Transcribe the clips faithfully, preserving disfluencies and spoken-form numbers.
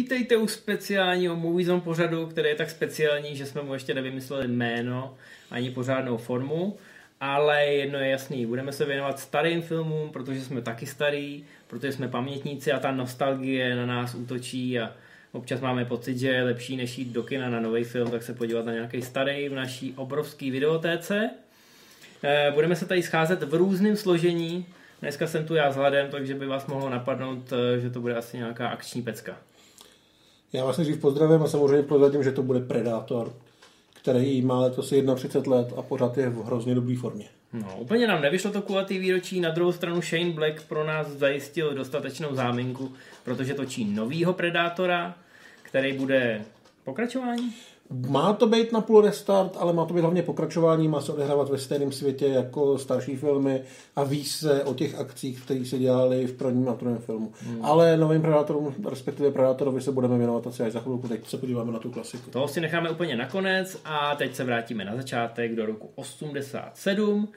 Vítejte u speciálního Movie Zone pořadu, který je tak speciální, že jsme mu ještě nevymysleli jméno ani pořádnou formu, ale jedno je jasný, budeme se věnovat starým filmům, protože jsme taky starý, protože jsme pamětníci a ta nostalgie na nás útočí a občas máme pocit, že je lepší než jít do kina na nový film, tak se podívat na nějaký starý v naší obrovské videotéce. Budeme se tady scházet v různém složení. Dneska jsem tu já s Hladem, takže by vás mohlo napadnout, že to bude asi nějaká akční pecka. Já vás nejdřív pozdravím a samozřejmě prozradím, že to bude Predátor, který má letos třicet jedna let a pořád je v hrozně dobré formě. No, úplně nám nevyšlo to kulatý výročí, na druhou stranu Shane Black pro nás zajistil dostatečnou záminku, protože točí novýho Predátora, který bude pokračování. Má to být na půl restart, ale má to být hlavně pokračování, má se odehrávat ve stejném světě jako starší filmy a ví se o těch akcích, které se dělaly v prvním a druhém filmu. Hmm. Ale novým Predátorům, respektive Predátorovi se budeme věnovat asi až za chvilku, teď se podíváme na tu klasiku. To si necháme úplně nakonec a teď se vrátíme na začátek do roku osmdesát sedm.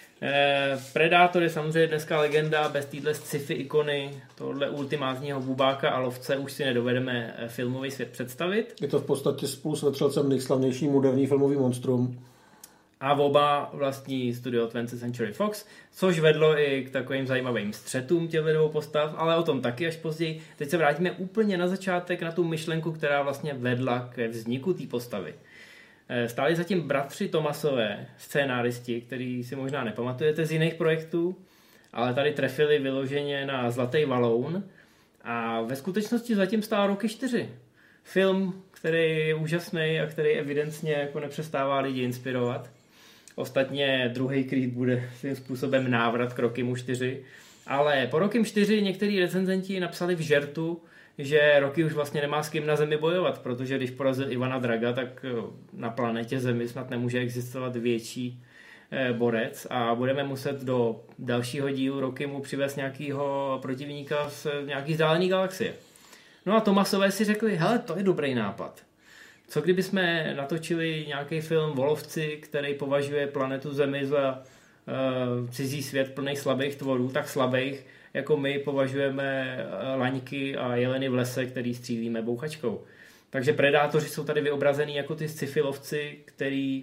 Eh, Predátor je samozřejmě dneska legenda, bez téhle sci-fi ikony, tohle ultimátního bubáka a lovce už si nedovedeme filmový svět představit. Je to v podstatě spolu s Vetřelcem nejslavnější moderní filmový monstrum. A oba vlastní studio twentieth Century Fox, což vedlo i k takovým zajímavým střetům těchto dvou postav, ale o tom taky až později. Teď se vrátíme úplně na začátek na tu myšlenku, která vlastně vedla ke vzniku té postavy. Stáli zatím bratři Thomasové, scénáristi, který si možná nepamatujete z jiných projektů, ale tady trefili vyloženě na Zlatý valoun a ve skutečnosti zatím stál Rocky čtyři. Film, který je úžasný a který evidentně jako nepřestává lidi inspirovat. Ostatně druhý Creed bude svým způsobem návrat k Rockymu čtyři, ale po Rockym čtyři některý recenzenti napsali v žertu, že Rocky už vlastně nemá s kým na Zemi bojovat, protože když porazil Ivana Draga, tak na planetě Zemi snad nemůže existovat větší borec a budeme muset do dalšího dílu Rockymu přivést nějakého protivníka z nějaký vzdálený galaxie. No a Thomasové si řekli, hele, to je dobrý nápad. Co kdyby jsme natočili nějaký film Volovci, který považuje planetu Zemi za uh, cizí svět plný slabých tvorů, tak slabých, jako my považujeme laňky a jeleny v lese, který střílíme bouchačkou. Takže predátoři jsou tady vyobrazený jako ty sci-fi lovci, který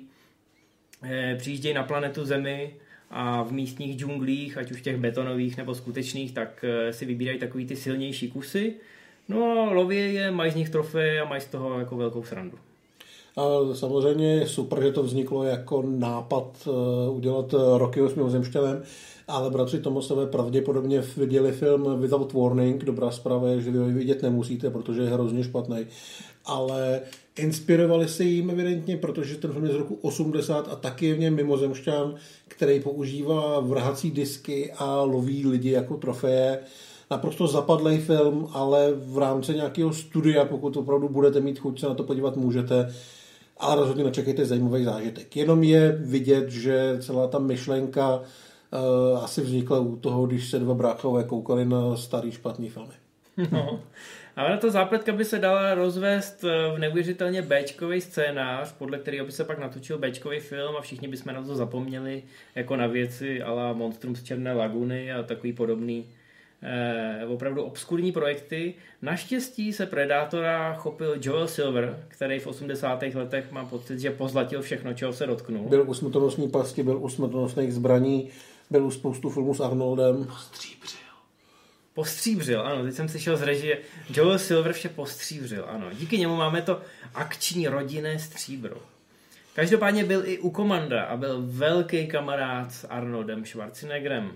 eh, přijíždějí na planetu Zemi a v místních džunglích, ať už těch betonových nebo skutečných, tak eh, si vybírají takový ty silnější kusy. No a loví je, mají z nich trofeje a mají z toho jako velkou srandu. A samozřejmě je super, že to vzniklo jako nápad uh, udělat Rockyho s mimozemšťanem, ale bratři Thomasové pravděpodobně viděli film Without Warning. Dobrá zpráva je, že vy ho vidět nemusíte, protože je hrozně špatný. Ale inspirovali se jim evidentně, protože ten film je z roku osmdesát a taky je v něm mimozemšťan, který používá vrhací disky a loví lidi jako trofeje. Naprosto zapadlý film, ale v rámci nějakého studia, pokud opravdu budete mít chuť se na to podívat, můžete, ale rozhodně nečekejte zajímavý zážitek. Jenom je vidět, že celá ta myšlenka uh, asi vznikla u toho, když se dva bráchové koukali na starý špatný filmy. No. A na to zápletka by se dala rozvést v neuvěřitelně béčkový scénář, podle kterého by se pak natočil béčkový film a všichni bychom na to zapomněli jako na věci a la Monstrum z Černé laguny a takový podobný eh, opravdu obskurní projekty. Naštěstí se Predátora chopil Joel Silver, který v osmdesátých letech mám pocit, že pozlatil všechno, čeho se dotknul. Byl u smrtonosní pasti, byl u smrtonosných zbraní, byl u spoustu filmů s Arnoldem. Postříbřil. Postříbřil, ano, teď jsem slyšel z režie. Joel Silver vše postříbřil, ano. Díky němu máme to akční rodinné stříbro. Každopádně byl i u Komanda a byl velký kamarád s Arnoldem Schwarzeneggerem.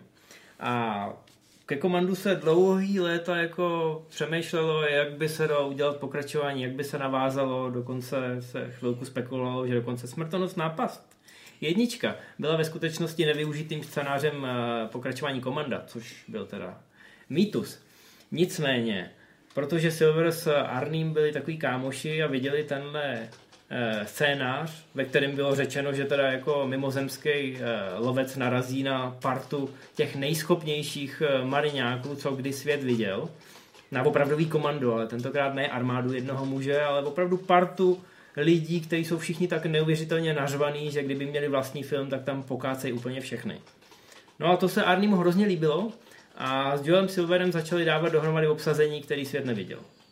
A ke Komandu se dlouhý léta jako přemýšlelo, jak by se dalo udělat pokračování, jak by se navázalo, dokonce se chvilku spekulovalo, že dokonce Smrtonosná past. Jednička byla ve skutečnosti nevyužitým scénářem pokračování Komanda, což byl teda mýtus. Nicméně, protože Silver s Arním byli takový kámoši a viděli tenhle e, scénář, ve kterém bylo řečeno, že teda jako mimozemský e, lovec narazí na partu těch nejschopnějších e, mariňáků, co kdy svět viděl, na opravdový komando, ale tentokrát ne armádu jednoho muže, ale opravdu partu lidí, kteří jsou všichni tak neuvěřitelně nařvaný, že kdyby měli vlastní film, tak tam pokácejí úplně všechny. No a to se Arnimu hrozně líbilo, a s Joelem Silverem začali dávat dohromady obsazení, který svět neviděl.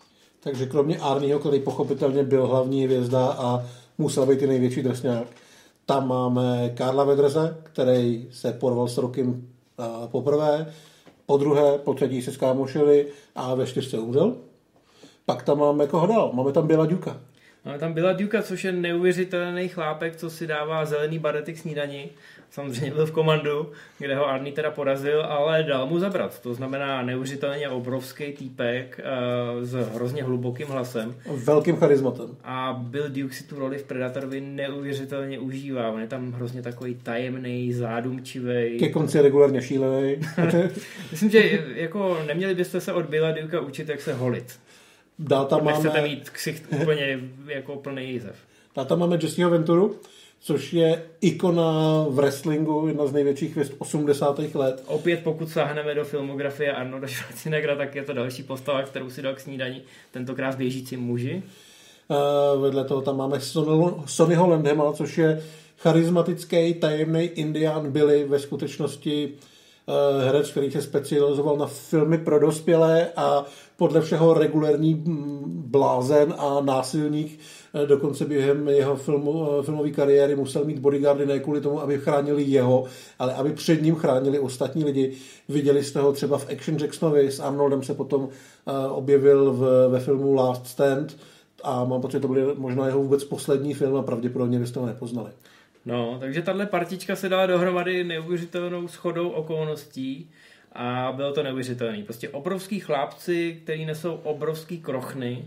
Takže kromě Arnieho, který pochopitelně byl hlavní hvězda a musel být i největší drsňák, tam máme Karla Weatherse, který se porval s Rockym poprvé, po druhé, po třetí se skámošili a ve čtyřce umřel. Pak tam máme koho dál? Máme tam Billa Dukea. Máme tam Billa Dukea, což je neuvěřitelný chlápek, co si dává zelený barety k snídani. Samozřejmě byl v Komandu, kde ho Arnie teda porazil, ale dal mu zabrat. To znamená neuvěřitelně obrovský týpek uh, s hrozně hlubokým hlasem. Velkým charizmatem. A Bill Duke si tu roli v Predatorovi neuvěřitelně užívá. On je tam hrozně takový tajemný, zádumčivý. Ke konci regulárně šílený. Myslím, že jako neměli byste se od Billa Dukea učit, jak se holit. Dál tam Nechcete máme... mít ksicht úplně jako plný jízev. Dál tam máme Jesseho Venturu, což je ikona v wrestlingu, jedna z největších hvězd osmdesátých let. Opět pokud sáhneme do filmografie Arnolda Schwarzeneggera, tak je to další postava, kterou si dal k snídani, tentokrát běžícím muži. Uh, vedle toho tam máme Sonnyho Landhama, což je charismatický, tajemný Indián Billy, ve skutečnosti uh, herec, který se specializoval na filmy pro dospělé a podle všeho regulérní blázen a násilník. Dokonce během jeho filmu, filmové kariéry musel mít bodyguardy ne kvůli tomu, aby chránili jeho, ale aby před ním chránili ostatní lidi. Viděli jste ho třeba v Action Jacksonovi, s Arnoldem se potom uh, objevil v, ve filmu Last Stand a mám pocit, že to byl možná jeho vůbec poslední film a pravděpodobně byste ho nepoznali. No, takže tahle partička se dala dohromady neuvěřitelnou shodou okolností a bylo to neuvěřitelný. Prostě obrovský chlápci, který nesou obrovský krochny,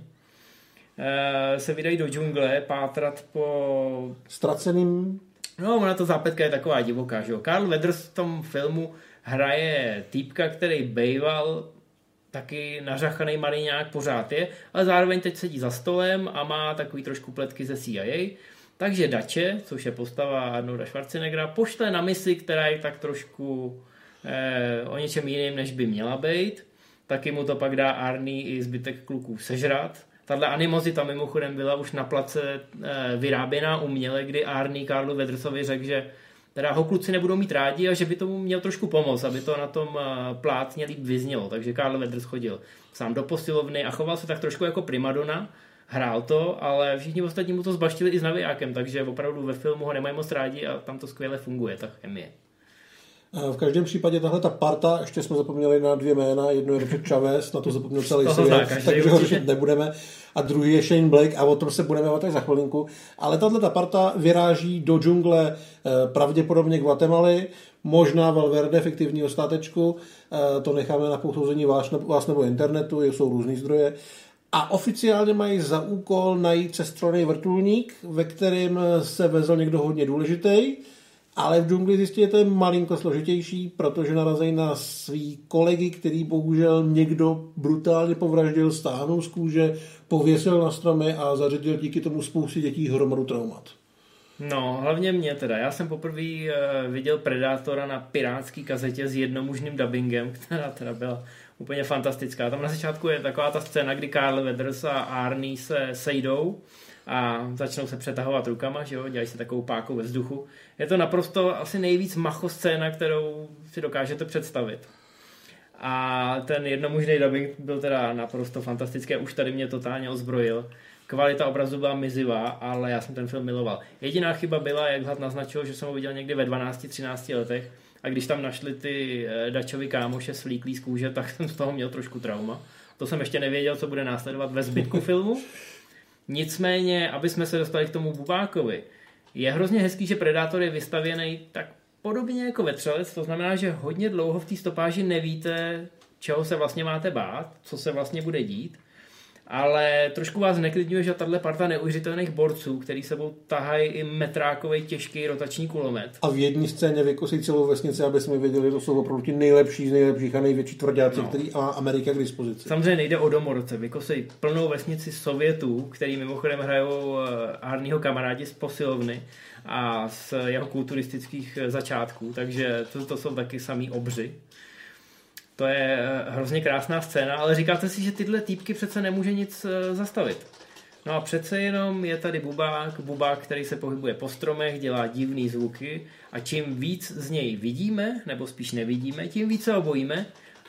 se vydají do džungle pátrat po... Ztraceným... No, ona to zápětka je taková divoká, že jo. Carl Weathers v tom filmu hraje týpka, který bejval taky nařachaný mariňák, pořád je, ale zároveň teď sedí za stolem a má takový trošku pletky ze C I A. Takže Dače, což je postava Arnolda Schwarzeneggera, pošle na misi, která je tak trošku eh, o něčem jiným, než by měla být. Taky mu to pak dá Arnie i zbytek kluků sežrat. Tahle animozita mimochodem byla už na place e, vyráběná uměle, kdy Arnie Carlu Weathersovi řekl, že teda ho kluci nebudou mít rádi a že by tomu měl trošku pomoct, aby to na tom e, plátně líp vyznělo. Takže Carl Weathers chodil sám do posilovny a choval se tak trošku jako primadona, hrál to, ale všichni ostatní mu to zbaštili i s navijákem, takže opravdu ve filmu ho nemají moc rádi a tam to skvěle funguje, ta chemie. V každém případě tahle ta parta, ještě jsme zapomněli na dvě jména, jedno je Richard Chavez, na to zapomněl celý svět, takže ho řešit nebudeme, a druhý je Shane Black a o tom se budeme bavit za chvilinku, ale tahle ta parta vyráží do džungle pravděpodobně Guatemaly, možná Valverde, fiktivního státečku, to necháme na posouzení vás nebo internetu, jsou různý zdroje, a oficiálně mají za úkol najít sestrovný vrtulník, ve kterém se vezl někdo hodně důležitý, ale v džungli zjistí, že to je malinko složitější, protože narazí na svý kolegy, který bohužel někdo brutálně povraždil, stáhnul z kůže, pověsil na stromy a zařadil díky tomu spousty dětí hromadu traumat. No, hlavně mě teda. Já jsem poprvé viděl Predátora na pirátský kazetě s jednomužným dubbingem, která teda byla úplně fantastická. Tam na začátku je taková ta scéna, kdy Carl Weathers a Arnie se sejdou a začnou se přetahovat rukama, že jo, dělají se takovou pákou ve vzduchu. Je to naprosto asi nejvíc macho scéna, kterou si dokážete představit. A ten jednomužný dubbing byl teda naprosto fantastický, už tady mě totálně ozbrojil. Kvalita obrazu byla mizivá, ale já jsem ten film miloval. Jediná chyba byla, jak Hlad naznačil, že jsem ho viděl někdy ve dvanácti třinácti letech a když tam našli ty Dačovi kámoše svlíklý z kůže, tak jsem z toho měl trošku trauma. To jsem ještě nevěděl, co bude následovat ve zbytku filmu. Nicméně, aby jsme se dostali k tomu Bubákovi, je hrozně hezký, že Predátor je vystavěný tak podobně jako Vetřelec, to znamená, že hodně dlouho v té stopáži nevíte, čeho se vlastně máte bát, co se vlastně bude dít, ale trošku vás neklidňuje, že tahle parta neuvěřitelných borců, který sebou tahají i metrákový těžký rotační kulomet. A v jedné scéně vykosí celou vesnici, aby jsme věděli, že to jsou opravdu ti nejlepší z nejlepších a největší tvrdáci, no. Který má Amerika k dispozici. Samozřejmě nejde o domorodce, vykosí plnou vesnici Sovětů, který mimochodem hrajou Arnieho kamarádi z posilovny a z jeho kulturistických začátků, takže to, to jsou taky samý obři. To je hrozně krásná scéna, ale říkáte si, že tyhle týpky přece nemůže nic zastavit. No a přece jenom je tady bubák, bubák, který se pohybuje po stromech, dělá divný zvuky a čím víc z něj vidíme, nebo spíš nevidíme, tím více ho bojíme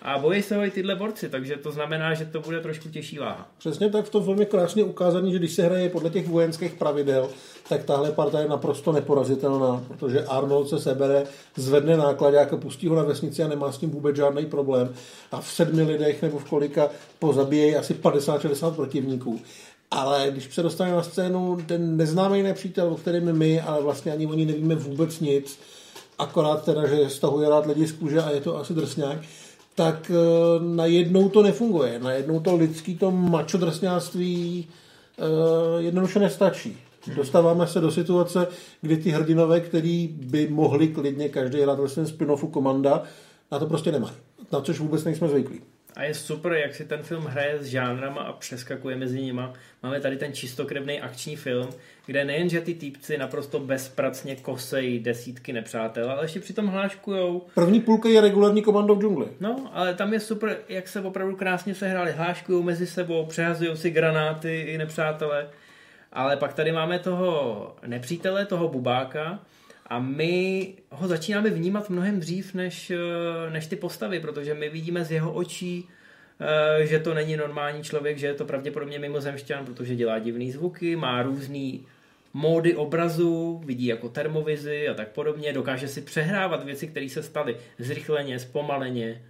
A bojí se ho i tyhle borci, takže to znamená, že to bude trošku těžší váha. Přesně tak, v tom filmu je krásně ukázaný, že když se hraje podle těch vojenských pravidel, tak tahle parta je naprosto neporazitelná, protože Arnold se sebere, zvedne nákladák a pustí ho na vesnici a nemá s tím vůbec žádný problém. A v sedmi lidech nebo v kolika pozabíjejí asi padesát šedesát protivníků. Ale když se dostane na scénu ten neznámý nepřítel, o kterém my, ale vlastně ani oni nevíme vůbec nic, akorát teda, že stahuje rád lidi z kůže a je to asi drsňák, tak uh, najednou to nefunguje. Najednou to lidský, to macho drsňáctví uh, jednoduše nestačí. Hmm. Dostáváme se do situace, kdy ty hrdinové, který by mohli klidně každý hrát ve svém spin-offu Komanda, na to prostě nemají. Na což vůbec nejsme zvyklí. A je super, jak si ten film hraje s žánrama a přeskakuje mezi nima. Máme tady ten čistokrevný akční film, kde nejenže ty týpci naprosto bezpracně kosejí desítky nepřátel, ale ještě přitom hláškujou. První půlka je regulární Komando v džungli. No, ale tam je super, jak se opravdu krásně sehráli. Hláškujou mezi sebou, přehazují si granáty i nepřátelé. Ale pak tady máme toho nepřítele, toho bubáka, a my ho začínáme vnímat mnohem dřív než, než ty postavy, protože my vidíme z jeho očí, že to není normální člověk, že je to pravděpodobně mimozemšťan, protože dělá divný zvuky, má různý módy obrazu, vidí jako termovizi a tak podobně, dokáže si přehrávat věci, které se staly zrychleně, zpomaleně.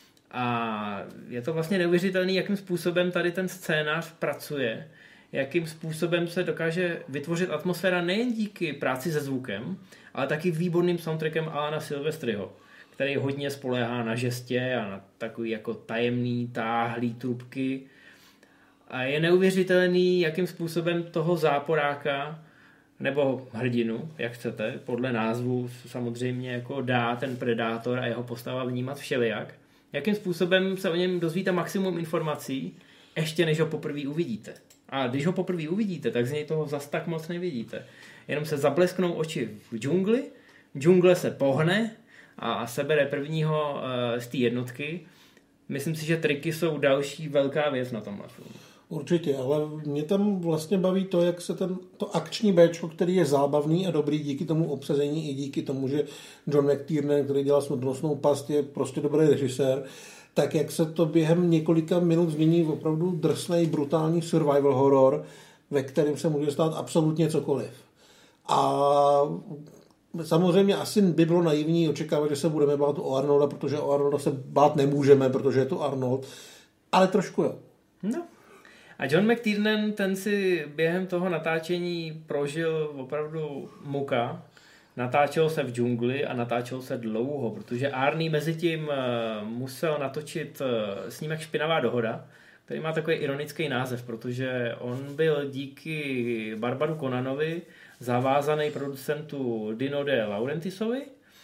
A je to vlastně neuvěřitelný, jakým způsobem tady ten scénář pracuje, jakým způsobem se dokáže vytvořit atmosféra nejen díky práci se zvukem, ale taky výborným soundtrackem Alana Silvestriho, který hodně spoléhá na žestě a na takový jako tajemný, táhlý trubky. A je neuvěřitelný, jakým způsobem toho záporáka nebo hrdinu, jak chcete, podle názvu samozřejmě jako dá ten predátor a jeho postava vnímat všelijak, jakým způsobem se o něm dozvíte maximum informací, ještě než ho poprvé uvidíte. A když ho poprvé uvidíte, tak z něj toho zas tak moc nevidíte. Jenom se zablesknou oči v džungli, džungle se pohne a sebere prvního uh, z té jednotky. Myslím si, že triky jsou další velká věc na tomhle filmu. Určitě, ale mě tam vlastně baví to, jak se ten, to akční béčko, který je zábavný a dobrý díky tomu obsazení i díky tomu, že John McTiernan, který dělá Smrtonosnou past, je prostě dobrý režisér, tak jak se to během několika minut změní v opravdu drsnej, brutální survival horror, ve kterém se může stát absolutně cokoliv. A samozřejmě asi by bylo naivní očekávat, že se budeme bát o Arnolda, protože o Arnolda se bát nemůžeme, protože je to Arnold, ale trošku jo. No. A John McTiernan, ten si během toho natáčení prožil opravdu muka. Natáčelo se v džungli a natáčelo se dlouho, protože Arnie mezi tím musel natočit snímek Špinavá dohoda, který má takový ironický název, protože on byl díky Barbaru Conanovi zavázaný producentu Dino De Laurentisovi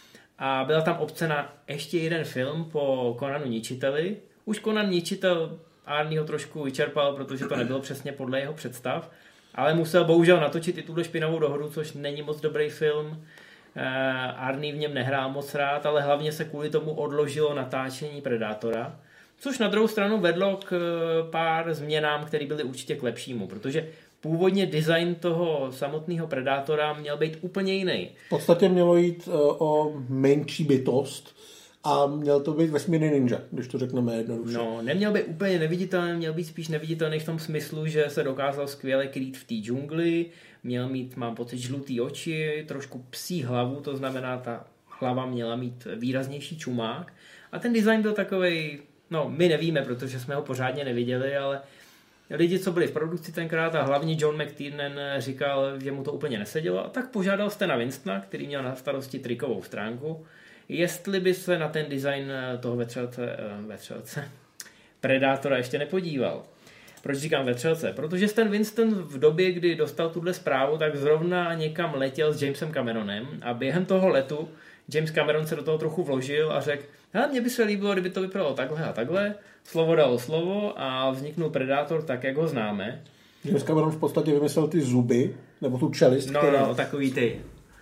a byla tam opce na ještě jeden film po Conanu Ničiteli. Už Conan Ničitel Arnie ho trošku vyčerpal, protože to nebylo přesně podle jeho představ, ale musel bohužel natočit i tuhle Špinavou dohodu, což není moc dobrý film. Arnie v něm nehrál moc rád, ale hlavně se kvůli tomu odložilo natáčení Predátora, což na druhou stranu vedlo k pár změnám, které byly určitě k lepšímu, protože původně design toho samotného Predátora měl být úplně jiný. V podstatě mělo jít o menší bytost a měl to být vesmírný ninja, když to řekneme jednoduše. No, neměl být úplně neviditelný, měl být spíš neviditelný v tom smyslu, že se dokázal skvěle krýt v té džungli, měl mít, mám pocit, žlutý oči, trošku psí hlavu, to znamená, ta hlava měla mít výraznější čumák. A ten design byl takovej, no my nevíme, protože jsme ho pořádně neviděli, ale lidi, co byli v produkci tenkrát a hlavně John McTiernan říkal, že mu to úplně nesedělo, a tak požádal Stena Winstona, který měl na starosti trikovou stránku, jestli by se na ten design toho vetřelce, vetřelce Predátora ještě nepodíval. Proč říkám vetřelce? Protože Stan Winston v době, kdy dostal tuhle zprávu, tak zrovna někam letěl s Jamesem Cameronem a během toho letu James Cameron se do toho trochu vložil a řekl, hele, mně by se líbilo, kdyby to vypadalo takhle a takhle, slovo dalo slovo a vzniknul Predátor tak, jak ho známe. James Cameron v podstatě vymyslel ty zuby, nebo tu čelist. No, který... no, takový ty.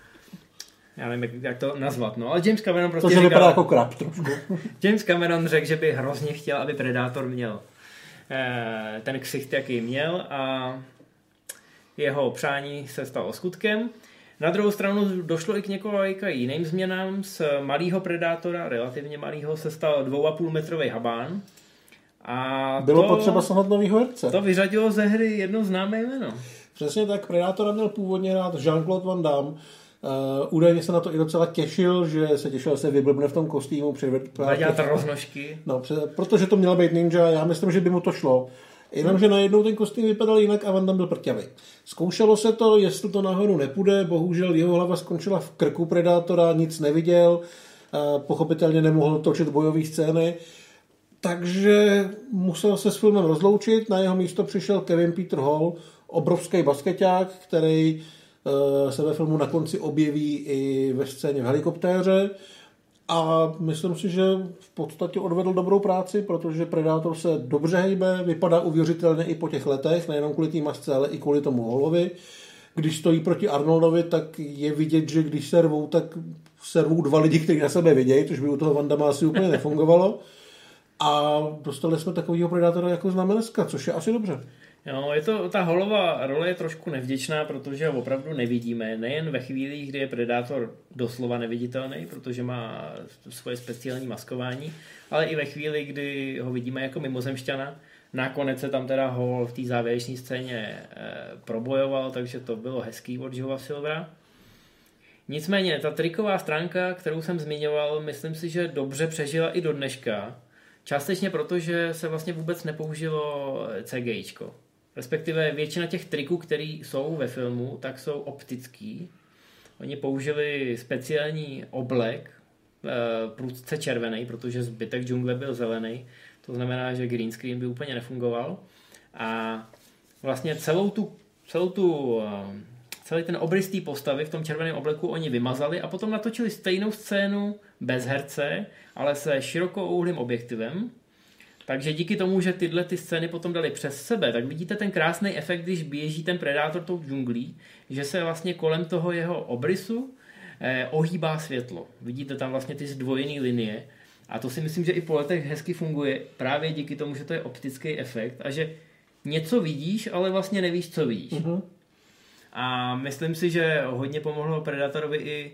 Já nevím, jak to nazvat, no, ale James Cameron prostě to říkal... To vypadá jako krab trošku. James Cameron řekl, že by hrozně chtěl, aby Predátor měl ten ksicht, jaký měl, a jeho přání se stalo skutkem. Na druhou stranu došlo i k několika jiným změnám. Z malého predátora, relativně malého, se stal dvou a půl metrový habán. A bylo to, potřeba snad novýho herce. To vyřadilo ze hry jedno známé jméno. Přesně tak, Predátora měl původně rád Jean-Claude Van Damme. Uh, údajně se na to i docela těšil, že se těšil, že se vyblbne v tom kostýmu. Zadělat roznožky. No, protože to měla být ninja, já myslím, že by mu to šlo. Jenomže najednou ten kostým vypadal jinak a Van Damme byl prťavý. Zkoušelo se to, jestli to nahoru nepůjde, bohužel jeho hlava skončila v krku Predátora, nic neviděl, pochopitelně nemohl točit bojové scény, takže musel se s filmem rozloučit, na jeho místo přišel Kevin Peter Hall, obrovský baskeťák, který se ve filmu na konci objeví i ve scéně v helikoptéře. A myslím si, že v podstatě odvedl dobrou práci, protože Predátor se dobře hejbe, vypadá uvěřitelně i po těch letech, nejenom kvůli té masce, ale i kvůli tomu Hallovi. Když stojí proti Arnoldovi, tak je vidět, že když se rvou, tak se rvou dva lidi, kteří na sebe vidějí, což by u toho Van Damme asi úplně nefungovalo. A dostali jsme takovýho Predátora jako známe dneska, což je asi dobře. No, je to, ta Hallova role je trošku nevděčná, protože ho opravdu nevidíme. Nejen ve chvíli, kdy je Predátor doslova neviditelný, protože má svoje speciální maskování, ale i ve chvíli, kdy ho vidíme jako mimozemšťana. Nakonec se tam teda Hall v té závěrečné scéně e, probojoval, takže to bylo hezký od Joea Silvera. Nicméně, ta triková stránka, kterou jsem zmiňoval, myslím si, že dobře přežila i do dneška. Částečně proto, že se vlastně vůbec nepoužilo CGIčko. Respektive většina těch triků, které jsou ve filmu, tak jsou optický. Oni použili speciální oblek, prudce červený, protože zbytek džungle byl zelený. To znamená, že green screen by úplně nefungoval. A vlastně celou tu, celou tu, celý ten obrys té postavy v tom červeném obleku oni vymazali a potom natočili stejnou scénu bez herce, ale se širokouhlým objektivem. Takže díky tomu, že tyhle ty scény potom dali přes sebe, tak vidíte ten krásný efekt, když běží ten predátor tou džunglí, že se vlastně kolem toho jeho obrysu eh, ohýbá světlo. Vidíte tam vlastně ty zdvojené linie a to si myslím, že i po letech hezky funguje právě díky tomu, že to je optický efekt a že něco vidíš, ale vlastně nevíš, co vidíš. Uh-huh. A myslím si, že hodně pomohlo Predátorovi i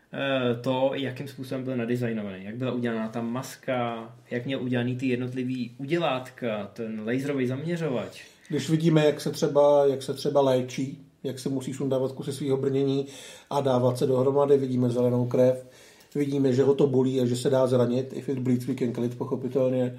to, jakým způsobem byl nadizajnovaný, jak byla udělaná ta maska, jak měl udělaný ty jednotlivý udělátka, ten laserový zaměřovač. Když vidíme, jak se třeba, jak se třeba léčí, jak se musí sundávat kusy svého brnění a dávat se dohromady, vidíme zelenou krev, vidíme, že ho to bolí a že se dá zranit, if it bleeds we can kill it, pochopitelně.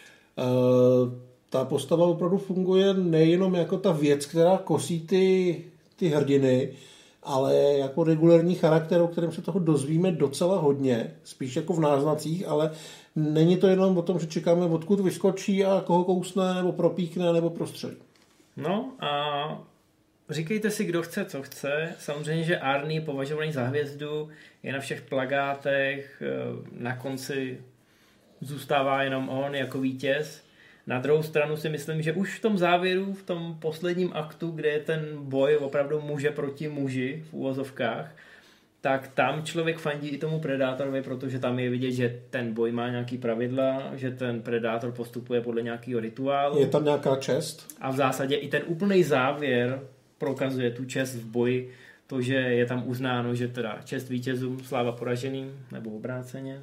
Uh, ta postava opravdu funguje nejenom jako ta věc, která kosí ty, ty hrdiny, ale jako regulární charakter, o kterém se toho dozvíme docela hodně, spíš jako v náznacích, ale není to jenom o tom, že čekáme, odkud vyskočí a koho kousne, nebo propíkne, nebo prostřelí. No a říkejte si, kdo chce, co chce. Samozřejmě, že Arnie, považovaný za hvězdu, je na všech plakátech, na konci zůstává jenom on jako vítěz. Na druhou stranu si myslím, že už v tom závěru, v tom posledním aktu, kde je ten boj opravdu muže proti muži v úvozovkách, tak tam člověk fandí i tomu predátorovi, protože tam je vidět, že ten boj má nějaký pravidla, že ten predátor postupuje podle nějakého rituálu. Je tam nějaká čest. A v zásadě i ten úplný závěr prokazuje tu čest v boji, to, že je tam uznáno, že teda čest vítězům, sláva poraženým, nebo obráceně.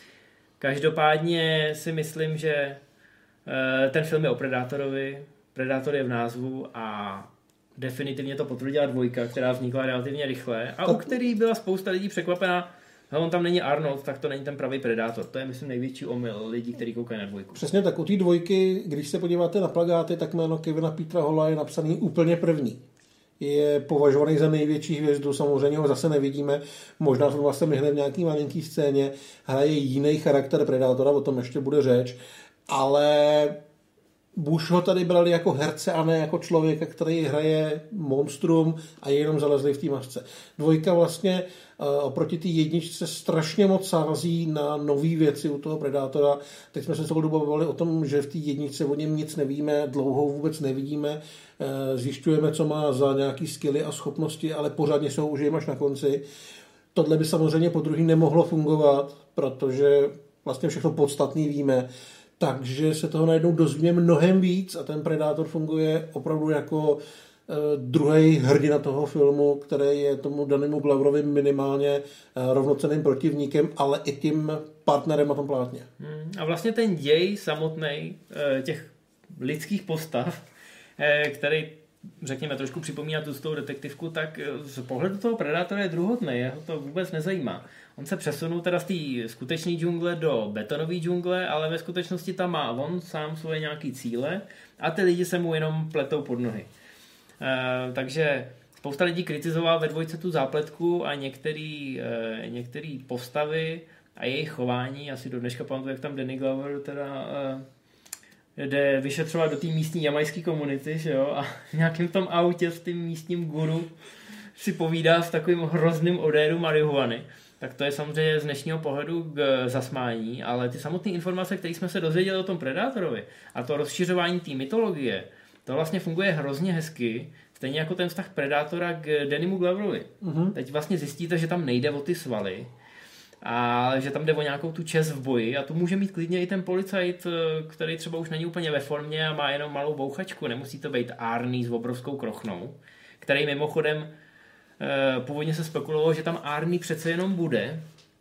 Každopádně si myslím, že ten film je o Predátorovi, Predátor je v názvu a definitivně to potvrdila dvojka, která vznikla relativně rychle a tak u který byla spousta lidí překvapená, že on tam není Arnold, tak to není ten pravý Predátor. To je, myslím, největší omyl lidí, kteří koukají na dvojku. Přesně tak, u té dvojky, když se podíváte na plakáty, tak jméno Kevina Petera Halla je napsaný úplně první. Je považovaný za největší hvězdu, samozřejmě ho zase nevidíme, možná to vlastně hned v nějaký malinký scéně, hraje jiný charakter Predátora, o tom ještě bude řeč, ale Bush ho tady brali jako herce a ne jako člověka, který hraje monstrum a je jenom zalezlý v té masce. Dvojka vlastně uh, oproti té jedničce strašně moc sází na nové věci u toho Predátora. Teď jsme se celou dobu bavili o tom, že v té jedničce o něm nic nevíme, dlouho vůbec nevidíme, uh, zjišťujeme, co má za nějaký skilly a schopnosti, ale pořádně se ho užijeme až na konci. Tohle by samozřejmě po druhý nemohlo fungovat, protože vlastně všechno podstatné víme. Takže se toho najednou dozvíme mnohem víc a ten Predátor funguje opravdu jako druhý hrdina toho filmu, který je tomu Dannymu Gloverovi minimálně rovnocenným protivníkem, ale i tím partnerem na tom plátně. Hmm. A vlastně ten děj samotný těch lidských postav, který řekněme, trošku připomíná tu s tou detektivku, tak z pohledu toho predátora je druhotný, jeho to vůbec nezajímá. On se přesunul teda z té skutečné džungle do betonové džungle, ale ve skutečnosti tam má on sám svoje nějaký cíle a ty lidi se mu jenom pletou pod nohy. E, takže spousta lidí kritizoval ve dvojce tu zápletku a některý, e, některý postavy a jejich chování, asi do dneška pamatuju, jak tam Danny Glover teda e, jde vyšetřovat do té místní jamajské komunity, že jo, a v nějakém tom autě s tím místním guru si povídá s takovým hrozným odéru marihuany. Tak to je samozřejmě z dnešního pohledu k zasmání, ale ty samotné informace, které jsme se dozvěděli o tom Predátorovi a to rozšiřování té mytologie, to vlastně funguje hrozně hezky, stejně jako ten vztah Predátora k Dannymu Gloverovi. Mm-hmm. Teď vlastně zjistíte, že tam nejde o ty svaly, a že tam jde o nějakou tu čest v boji a tu může mít klidně i ten policajt, který třeba už není úplně ve formě a má jenom malou bouchačku. Nemusí to být Arnie s obrovskou krochnou, který mimochodem původně se spekulovalo, že tam Arnie přece jenom bude,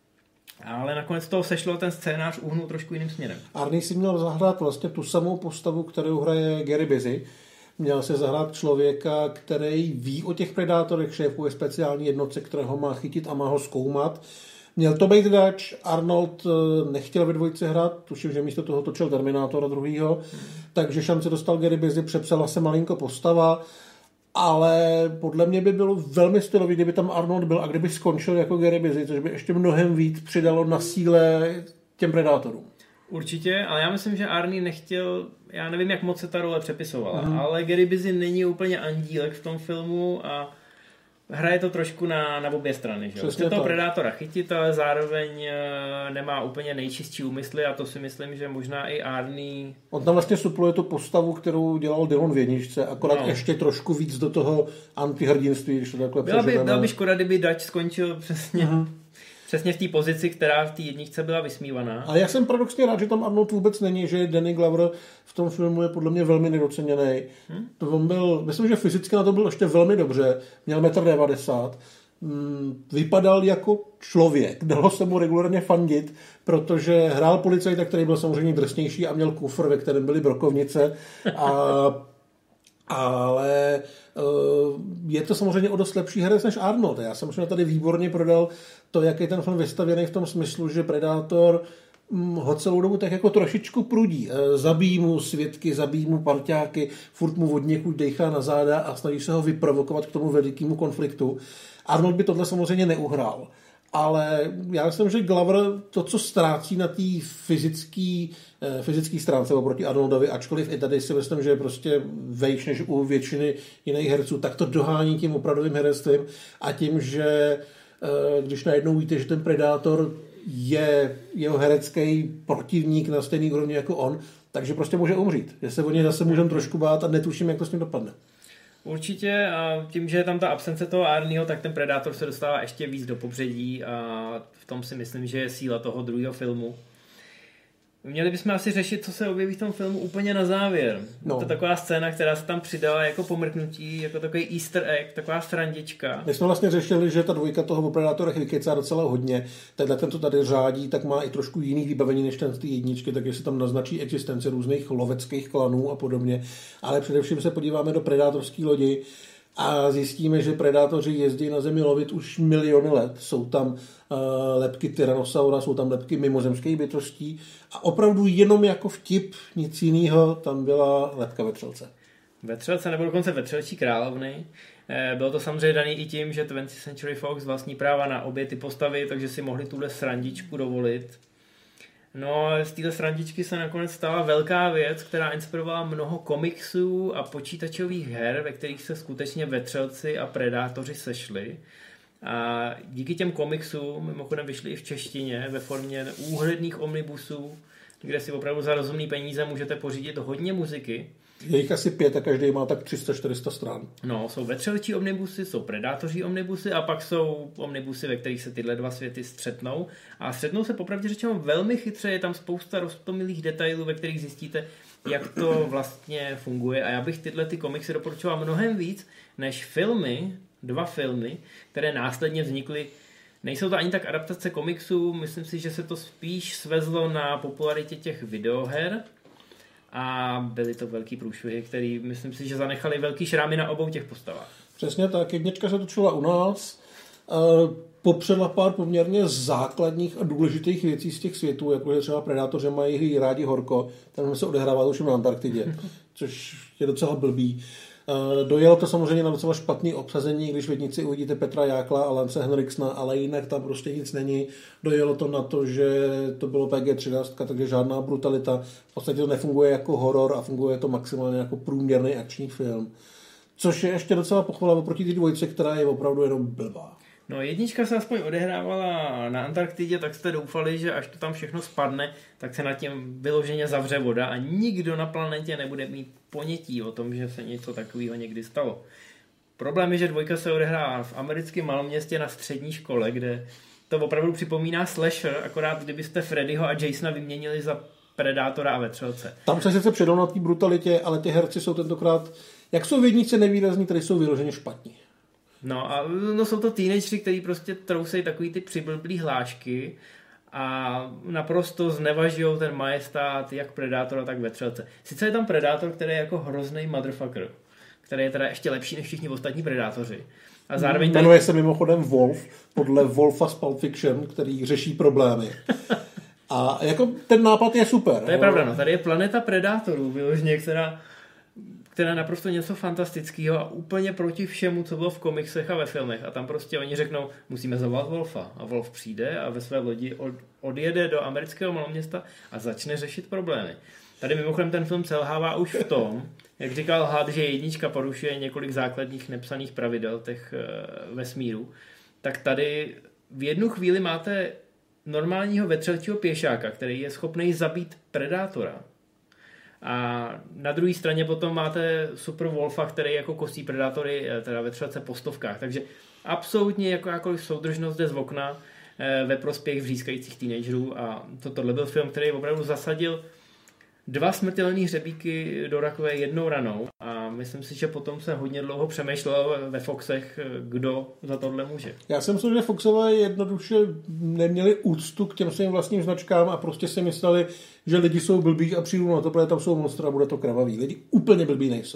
ale nakonec toho sešlo, ten scénář uhnul trošku jiným směrem. Arnie si měl zahrát vlastně tu samou postavu, kterou hraje Gary Busey. Měl se zahrát člověka, který ví o těch predátorech, šéfuje speciální jednotce, kterého má chytit a má ho zkoumat. Měl to být Dutch, Arnold nechtěl ve dvojce hrát, tuším, že místo toho točil Terminátora druhýho, hmm. takže šance dostal Gary Busey, přepsala se malinko postava, ale podle mě by bylo velmi stylový, kdyby tam Arnold byl a kdyby skončil jako Gary Busey, což by ještě mnohem víc přidalo na síle těm predátorům. Určitě, ale já myslím, že Arnie nechtěl, já nevím, jak moc se ta role přepisovala, hmm. ale Gary Busey není úplně andílek v tom filmu a hraje to trošku na, na obě strany. Že? Chce toho predátora chytit, ale zároveň nemá úplně nejčistší úmysly a to si myslím, že možná i Arnie... On tam vlastně supluje tu postavu, kterou dělal Dillon v jedničce, akorát no. ještě trošku víc do toho antihrdinství, když to takhle byla by, byla by škoda, kdyby Dutch skončil přesně... Uh-huh. Přesně v té pozici, která v té jedničce byla vysmívaná. A já jsem paradoxně rád, že tam Arnold vůbec není, že Danny Glover v tom filmu je podle mě velmi nedoceněný. Hmm? To on byl, myslím, že fyzicky na to byl ještě velmi dobře. Měl metr devadesát. Vypadal jako člověk. Dalo se mu regulárně fandit, protože hrál policajta, který byl samozřejmě drsnější a měl kufr, ve kterém byly brokovnice. A, ale je to samozřejmě o dost lepší herec než Arnold. Já jsem možná tady výborně prodal to, jak je ten film vystavěný v tom smyslu, že Predátor ho celou dobu tak jako trošičku prudí. Zabíjí mu svědky, zabíjí mu parťáky, furt mu od někud dejchá na záda a snaží se ho vyprovokovat k tomu velikému konfliktu. Arnold by tohle samozřejmě neuhrál. Ale já myslím, že Glover to, co ztrácí na té fyzický, fyzický stránce oproti Arnoldovi, ačkoliv i tady si myslím, že je prostě vejš než u většiny jiných herců, tak to dohání tím opravdovým herectvím a tím, že když najednou víte, že ten Predátor je jeho herecký protivník na stejný úrovni jako on, takže prostě může umřít. Že se o něj zase můžeme trošku bát a netuším, jak to s ním dopadne. Určitě a tím, že je tam ta absence toho Arnieho, tak ten Predátor se dostává ještě víc do popředí a v tom si myslím, že je síla toho druhého filmu. Měli bychom asi řešit, co se objeví v tom filmu úplně na závěr. No. To je taková scéna, která se tam přidala jako pomrknutí, jako takový easter egg, taková srandička. My jsme vlastně řešili, že ta dvojka toho o Predátorech vykecá docela hodně. Tenhle ten to tady řádí, tak má i trošku jiný vybavení než ten z té jedničky, takže se tam naznačí existence různých loveckých klanů a podobně. Ale především se podíváme do predátorské lodi a zjistíme, že predátoři jezdí na Zemi lovit už miliony let. Jsou tam uh, lebky Tyrannosaura, jsou tam lebky mimozemských bytostí a opravdu jenom jako vtip, nic jiného, tam byla lebka vetřelce. Vetřelce nebo dokonce vetřelčí královny. Bylo to samozřejmě daný i tím, že twentieth Century Fox vlastní práva na obě ty postavy, takže si mohli tuhle srandičku dovolit. No, z téhle srandičky se nakonec stala velká věc, která inspirovala mnoho komiksů a počítačových her, ve kterých se skutečně vetřelci a predátoři sešli. A díky těm komiksům mimochodem vyšly i v češtině ve formě úhledných omnibusů, kde si opravdu za rozumný peníze můžete pořídit hodně muziky. Je jich asi pět a každý má tak tři sta čtyři sta stran. No, jsou vetřelčí omnibusy, jsou predátoří omnibusy a pak jsou omnibusy, ve kterých se tyhle dva světy střetnou. A střetnou se popravdě řečeno velmi chytře, je tam spousta roztomilých detailů, ve kterých zjistíte, jak to vlastně funguje. A já bych tyhle ty komiksy doporučoval mnohem víc, než filmy, dva filmy, které následně vznikly. Nejsou to ani tak adaptace komiksů, myslím si, že se to spíš svezlo na popularitě těch videoher a byly to velký průšvihy, který myslím si, že zanechali velký šrámy na obou těch postavách. Přesně tak, jednička se točila u nás, popředla pár poměrně základních a důležitých věcí z těch světů, jako je třeba Predátoři mají rádi horko, ten se odehrává už na Antarktidě, což je docela blbý. Dojelo to samozřejmě na docela špatný obsazení, když v jednici uvidíte Petra Jákla a Lance Henriksna, ale jinak tam prostě nic není. Dojelo to na to, že to bylo P G třináct, takže žádná brutalita. V podstatě to nefunguje jako horor a funguje to maximálně jako průměrný akční film. Což je ještě docela pochvala oproti té dvojce, která je opravdu jenom blbá. No jednička se aspoň odehrávala na Antarktidě, tak jste doufali, že až to tam všechno spadne, tak se nad tím vyloženě zavře voda a nikdo na planetě nebude mít ponětí o tom, že se něco takového někdy stalo. Problém je, že dvojka se odehrává v americkém maloměstě na střední škole, kde to opravdu připomíná slasher, akorát kdybyste Freddyho a Jasona vyměnili za Predátora a vetřelce. Tam se sice předal na té brutalitě, ale ty herci jsou tentokrát, jak jsou v jedničce nevýrazní, tady jsou vyloženě špatní. No a no, jsou to teenageři, kteří prostě trousejí takový ty přiblblý hlášky a naprosto znevažujou ten majestát jak Predátora, tak vetřelce. Sice je tam Predátor, který je jako hrozný motherfucker, který je teda ještě lepší než všichni ostatní Predátoři. A zároveň tady... Jmenuje se mimochodem Wolf, podle Wolfa z Pulp Fiction, který řeší problémy. A jako ten nápad je super. To je pravda, no. Tady je planeta Predátorů, vyloženě, která která je naprosto něco fantastického a úplně proti všemu, co bylo v komiksech a ve filmech. A tam prostě oni řeknou, musíme zavolat Wolfa. A Wolf přijde a ve své lodi od, odjede do amerického maloměsta a začne řešit problémy. Tady mimochodem ten film selhává už v tom, jak říkal Had, že jednička porušuje několik základních nepsaných pravidel těch uh, vesmíru, tak tady v jednu chvíli máte normálního vetřelčího pěšáka, který je schopný zabít Predátora. A na druhé straně potom máte Super Wolfa, který jako kosí Predátory, teda vetřelce po stovkách. Takže absolutně jako jakkoliv soudržnost jde z okna ve prospěch vřískajících teenagerů. A to, tohle byl film, který opravdu zasadil dva smrtelné hřebíky do rakve jednou ranou. A myslím si, že potom se hodně dlouho přemýšlelo ve Foxech, kdo za tohle může. Já si myslím, že Foxové jednoduše neměli úctu k těm svým vlastním značkám a prostě si mysleli, že lidi jsou blbí a přijdu na to, protože tam jsou monstra a bude to krvavý. Lidi úplně blbí nejsou.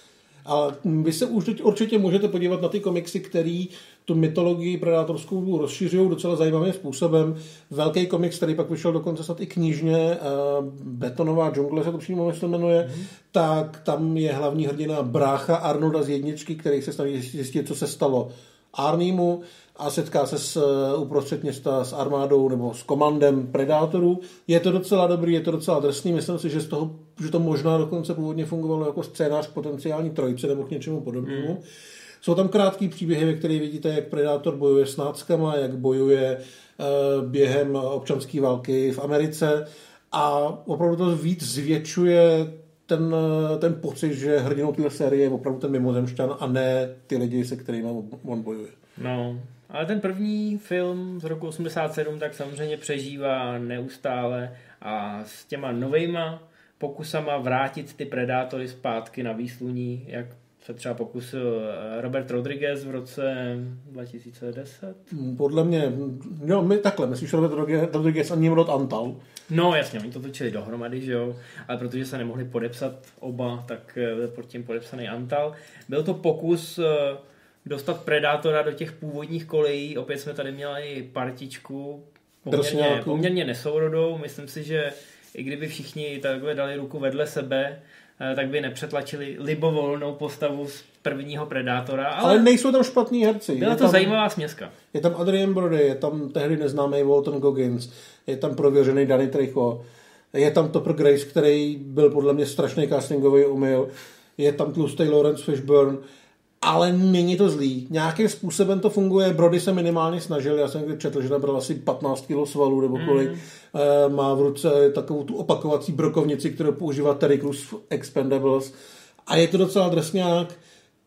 A vy se už teď určitě můžete podívat na ty komiksy, který tu mytologii predátorskou rozšiřují docela zajímavým způsobem. Velký komiks, který pak vyšel dokonce snad i knižně, Betonová džungle se to přímo jmenuje, mm-hmm. tak tam je hlavní hrdina brácha Arnolda z jedničky, který se snaží zjistit, co se stalo Arnimu a setká se s, uprostřed města s armádou nebo s komandem predátorů. Je to docela dobrý, je to docela drsný. Myslím si, že, z toho, že to možná dokonce původně fungovalo jako scénář k potenciální trojce nebo k něčemu podobnému. Mm. Jsou tam krátký příběhy, ve kterých vidíte, jak predátor bojuje s náckama, jak bojuje uh, během občanské války v Americe a opravdu to víc zvětšuje ten, ten pocit, že hrdinou téhle série je opravdu ten mimozemšťan a ne ty lidi, se kterými on bojuje. No, ale ten první film z roku osmdesát sedm tak samozřejmě přežívá neustále a s těma novejma pokusama vrátit ty predátory zpátky na výsluní, jak se třeba pokusil Robert Rodriguez v roce dva tisíce deset. Podle mě, no my takhle, myslíš Robert Rodriguez a Nimrod Antal? No jasně, oni to točili dohromady, že jo, ale protože se nemohli podepsat oba, tak byl pod tím podepsaný Antal. Byl to pokus dostat Predátora do těch původních kolejí, opět jsme tady měli partičku poměrně, poměrně nesourodou, myslím si, že i kdyby všichni takhle dali ruku vedle sebe, tak by nepřetlačili libovolnou postavu z prvního Predátora. Ale, ale nejsou tam špatní herci. Byla to tam zajímavá směska. Je tam Adrien Brody, je tam tehdy neznámý Walton Goggins, je tam prověřený Danny Trejo, je tam Topper Grace, který byl podle mě strašný castingový omyl, je tam tlustý Lawrence Fishburne, ale není to zlý. Nějakým způsobem to funguje. Brody se minimálně snažil. Já jsem někdy četl, že nabral asi patnáct kilo svalů nebo kolik. Mm. E, má v ruce takovou tu opakovací brokovnici, kterou používá Terry Crews v Expendables. A je to docela drsňák.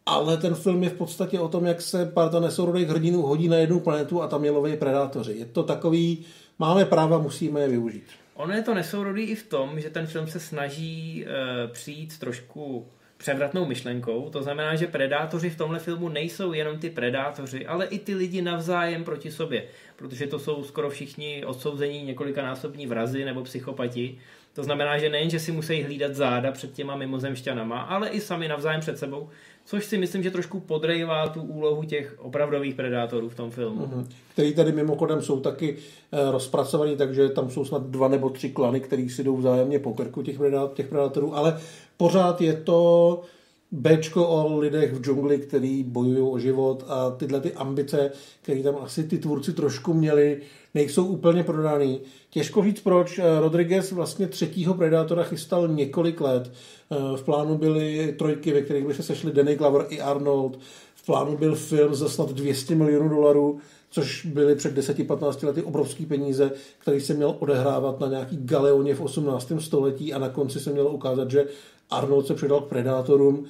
ale ten film je v podstatě o tom, jak se parta nesourodých hrdinů hodí na jednu planetu a tam je loví predátoři. Je to takový, máme práva, musíme je využít. Ono je to nesourodý i v tom, že ten film se snaží uh, přijít trošku převratnou myšlenkou. To znamená, že predátoři v tomhle filmu nejsou jenom ty predátoři, ale i ty lidi navzájem proti sobě. Protože to jsou skoro všichni odsouzení několikanásobní vrazi nebo psychopati. To znamená, že nejen, že si musí hlídat záda před těma mimozemšťanama, ale i sami navzájem před sebou. Což si myslím, že trošku podrejvá tu úlohu těch opravdových predátorů v tom filmu. Mm-hmm. Který tady mimochodem jsou taky e, rozpracovaný, takže tam jsou snad dva nebo tři klany, který si jdou vzájemně po krku těch, predá, těch predátorů, ale pořád je to béčko o lidech v džungli, který bojují o život a tyhle ty ambice, které tam asi ty tvůrci trošku měli, nejsou úplně prodaný. Těžko říct proč. Rodriguez vlastně třetího Predátora chystal několik let. V plánu byly trojky, ve kterých by se sešli Danny Glover i Arnold. V plánu byl film za snad dvě stě milionů dolarů, což byly před deseti patnácti lety obrovský peníze, který se měl odehrávat na nějaký galeoně v osmnáctém století a na konci se mělo ukázat, že Arnold se přidal k Predátorům.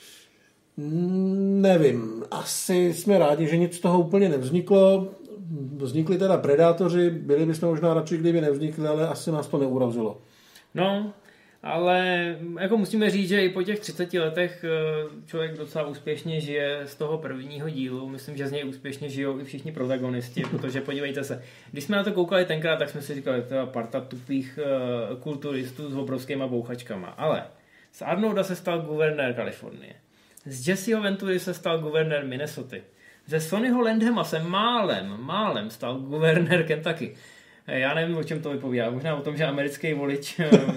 Nevím, asi jsme rádi, že nic z toho úplně nevzniklo. Vznikli teda Predátoři, byli bychom možná radši, kdyby nevznikli, ale asi nás to neurazilo. No, ale jako musíme říct, že i po těch třiceti letech člověk docela úspěšně žije z toho prvního dílu. Myslím, že z něj úspěšně žijou i všichni protagonisti, protože podívejte se, když jsme na to koukali tenkrát, tak jsme si říkali, to je parta tupých kulturistů s obrovskýma bouchačkama. Ale z Arnolda se stal guvernér Kalifornie. Z Jesseho Ventury se stal guvernér Minnesoty. Ze Sonnyho Landhama se málem, málem stal guvernér Kentucky. Já nevím, o čem to vypovídá. Možná o tom, že americký volič...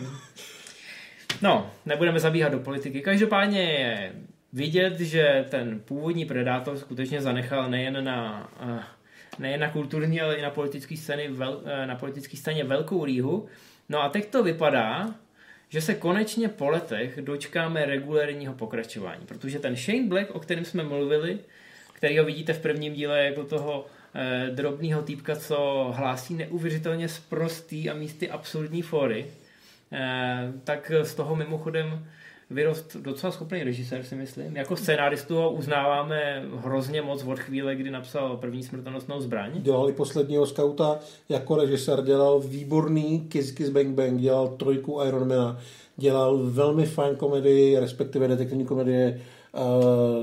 No, nebudeme zabíhat do politiky. Každopádně je vidět, že ten původní Predátor skutečně zanechal nejen na, nejen na kulturní, ale i na politické scéně, na politické scéně velkou rýhu. No a teď to vypadá, že se konečně po letech dočkáme regulérního pokračování, protože ten Shane Black, o kterém jsme mluvili, kterýho vidíte v prvním díle jako toho eh, drobného týpka, co hlásí neuvěřitelně sprostý a místy absurdní fóry, eh, tak z toho mimochodem vyrost docela schopný režisér, si myslím. Jako scénáristu ho uznáváme hrozně moc od chvíle, kdy napsal první smrtonosnou zbraň. Dělal i posledního skauta, jako režisér dělal výborný Kiss Kiss Bang Bang, dělal trojku Ironmana, dělal velmi fajn komedii, respektive detektivní komedie uh,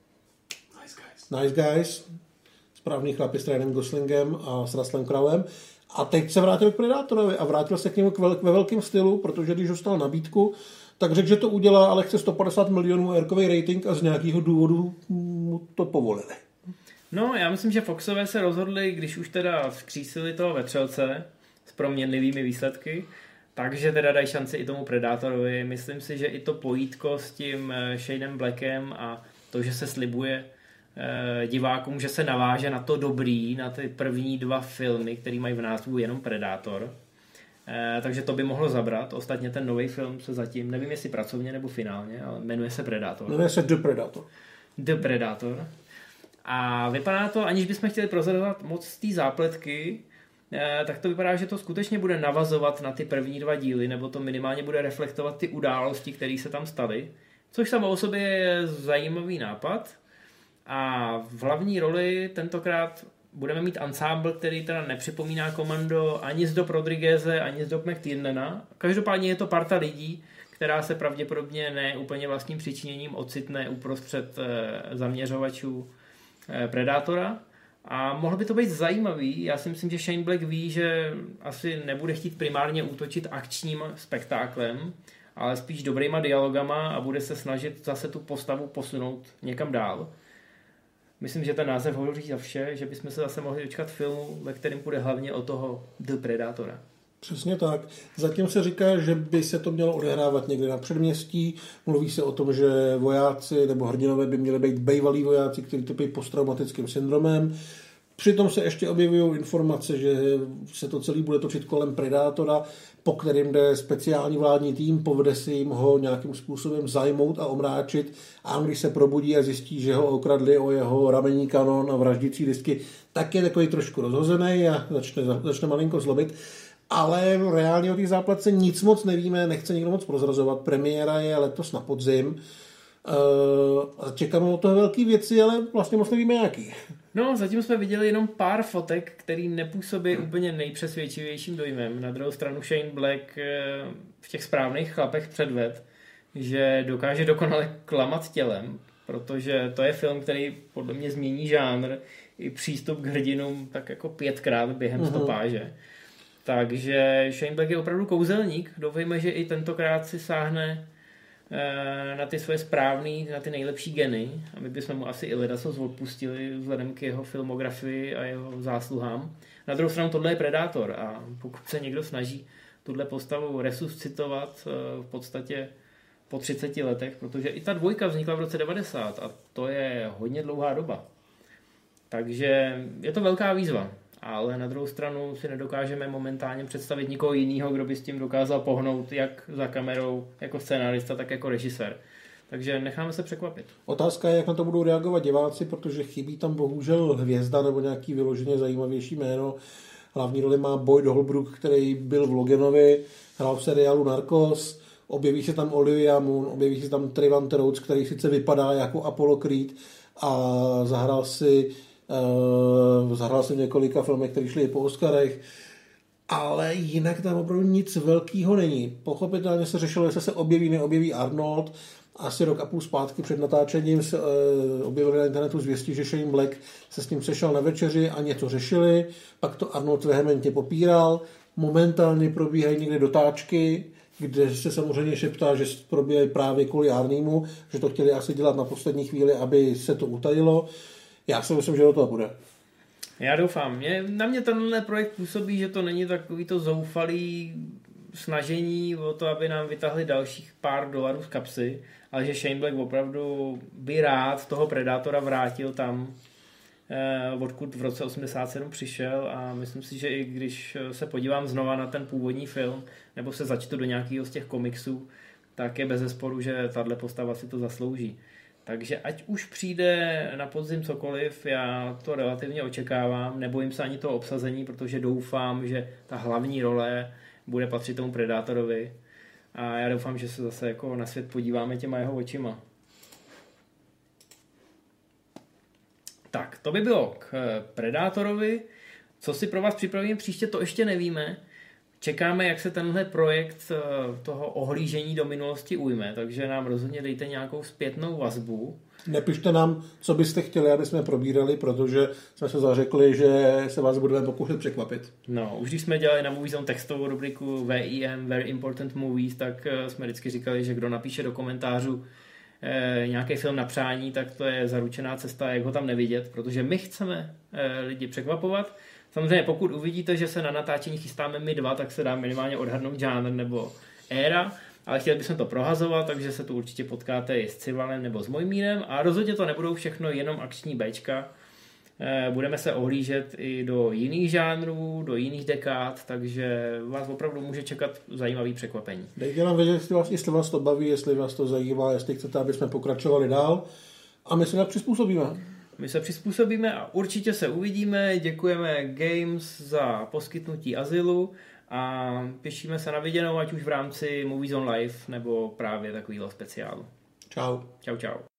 Nice Guys. Nice Guys, správný chlapi s Ryanem Goslingem a s Russellem Crowem. A teď se vrátil k Predátorovi a vrátil se k němu ve velkém stylu, protože když dostal nabídku, tak řekl, že to udělá, ale chce sto padesát milionů erkový rating a z nějakého důvodu mu to povolili. No, já myslím, že Foxové se rozhodli, když už teda vzkřísili toho vetřelce s proměnlivými výsledky, takže teda dají šanci i tomu Predátorovi. Myslím si, že i to pojítko s tím Shanem Blackem a to, že se slibuje eh, divákům, že se naváže na to dobrý, na ty první dva filmy, který mají v názvu jenom Predátor. Eh, takže to by mohlo zabrat. Ostatně ten nový film se zatím, nevím jestli pracovně nebo finálně, ale jmenuje se Predátor. Jmenuje se The Predator. The Predator. A vypadá to, aniž bychom chtěli prozrazovat moc z té zápletky, eh, tak to vypadá, že to skutečně bude navazovat na ty první dva díly, nebo to minimálně bude reflektovat ty události, které se tam staly, což samo o sobě je zajímavý nápad. A v hlavní roli tentokrát budeme mít ansámbl, který teda nepřipomíná Komando ani z dob Rodrigueze, ani z dob McTiernana. Každopádně je to parta lidí, která se pravděpodobně ne úplně vlastním přičiněním ocitne uprostřed eh, zaměřovačů eh, Predátora. A mohlo by to být zajímavý. Já si myslím, že Shane Black ví, že asi nebude chtít primárně útočit akčním spektáklem, ale spíš dobrýma dialogama a bude se snažit zase tu postavu posunout někam dál. Myslím, že ten název hovoří za vše, že bychom se zase mohli dočkat filmu, ve kterém půjde hlavně o toho The Predátora. Přesně tak. Zatím se říká, že by se to mělo odehrávat někde na předměstí. Mluví se o tom, že vojáci nebo hrdinové by měli být bývalí vojáci, kteří trpí posttraumatickým syndromem. Přitom se ještě objevují informace, že se to celé bude točit kolem Predátora, po kterým jde speciální vládní tým, povede si jim ho nějakým způsobem zajmout a omráčit a když se probudí a zjistí, že ho okradli o jeho ramenní kanon a vraždící disky, tak je takový trošku rozhozený a začne, začne malinko zlobit. Ale reálně o té zápletce nic moc nevíme, nechce nikdo moc prozrazovat. Premiéra je letos na podzim. Uh, čekáme od toho velké věci, ale vlastně moc nevíme jaký. No, zatím jsme viděli jenom pár fotek, který nepůsobí úplně nejpřesvědčivějším dojmem. Na druhou stranu Shane Black v těch správných chlapech předved, že dokáže dokonale klamat tělem, protože to je film, který podle mě změní žánr i přístup k hrdinům tak jako pětkrát během mm-hmm. stopáže. Takže Shane Black je opravdu kouzelník. Doufejme, že i tentokrát si sáhne na ty svoje správný, na ty nejlepší geny a my bychom mu asi i ledacos odpustili vzhledem k jeho filmografii a jeho zásluhám. Na druhou stranu tohle je Predátor a pokud se někdo snaží tuhle postavu resuscitovat v podstatě po třiceti letech, protože i ta dvojka vznikla v roce devadesát a to je hodně dlouhá doba. Takže je to velká výzva. Ale na druhou stranu si nedokážeme momentálně představit nikoho jiného, kdo by s tím dokázal pohnout jak za kamerou jako scénárista, tak jako režisér. Takže necháme se překvapit. Otázka je, jak na to budou reagovat diváci, protože chybí tam bohužel hvězda nebo nějaký vyloženě zajímavější jméno. Hlavní roli má Boyd Holbrook, který byl v Loganovi, hrál v seriálu Narcos, objeví se tam Olivia Munn, objeví se tam Trevor Rhodes, který sice vypadá jako Apollo Creed a zahrál si Uh, zahrál jsem v několika filmech, které šly po Oscarech, ale jinak tam opravdu nic velkého není. Pochopitelně se řešilo, jestli se objeví, neobjeví Arnold. Asi rok a půl zpátky před natáčením se uh, objevili na internetu zvěstí, že Shane Black se s ním sešel na večeři a něco řešili. Pak to Arnold vehementně popíral. Momentálně probíhají někde dotáčky, kde se samozřejmě šeptá, že probíhají právě kvůli Arnímu, že to chtěli asi dělat na poslední chvíli, aby se to utajilo. Já si myslím, že do toho bude. Já doufám. Mě, na mě tenhle projekt působí, že to není takový to zoufalý snažení o to, aby nám vytahli dalších pár dolarů z kapsy, ale že Shane Black opravdu by rád toho Predátora vrátil tam, eh, odkud v roce osmdesát sedm přišel a myslím si, že i když se podívám znova na ten původní film, nebo se začtu do nějakého z těch komiksů, tak je bezesporu, že tahle postava si to zaslouží. Takže ať už přijde na podzim cokoliv, já to relativně očekávám, nebojím se ani toho obsazení, protože doufám, že ta hlavní role bude patřit tomu Predátorovi a já doufám, že se zase jako na svět podíváme těma jeho očima. Tak, to by bylo k Predátorovi. Co si pro vás připravíme příště, to ještě nevíme. Čekáme, jak se tenhle projekt toho ohlížení do minulosti ujme, takže nám rozhodně dejte nějakou zpětnou vazbu. Nepište nám, co byste chtěli, aby jsme probírali, protože jsme se zařekli, že se vás budeme pokoušet překvapit. No, už když jsme dělali na Movies on textovou rubriku V I M, Very Important Movies, tak jsme vždycky říkali, že kdo napíše do komentářů eh, nějaký film na přání, tak to je zaručená cesta, jak ho tam nevidět, protože my chceme eh, lidi překvapovat. Samozřejmě pokud uvidíte, že se na natáčení chystáme my dva, tak se dá minimálně odhadnout žánr nebo éra, ale chtěli bychom to prohazovat, takže se tu určitě potkáte i s Civalem nebo s Mojmírem a rozhodně to nebudou všechno jenom akční béčka. Budeme se ohlížet i do jiných žánrů, do jiných dekád, takže vás opravdu může čekat zajímavý překvapení. Dejte nám vědět, jestli vás, jestli vás to baví, jestli vás to zajímá, jestli chcete, aby jsme pokračovali dál a my se tak přizpůsobíme. My se přizpůsobíme a určitě se uvidíme. Děkujeme Games za poskytnutí azylu a těšíme se na viděnou, ať už v rámci Movies on Live nebo právě takovýhle speciálu. Čau. Čau, čau.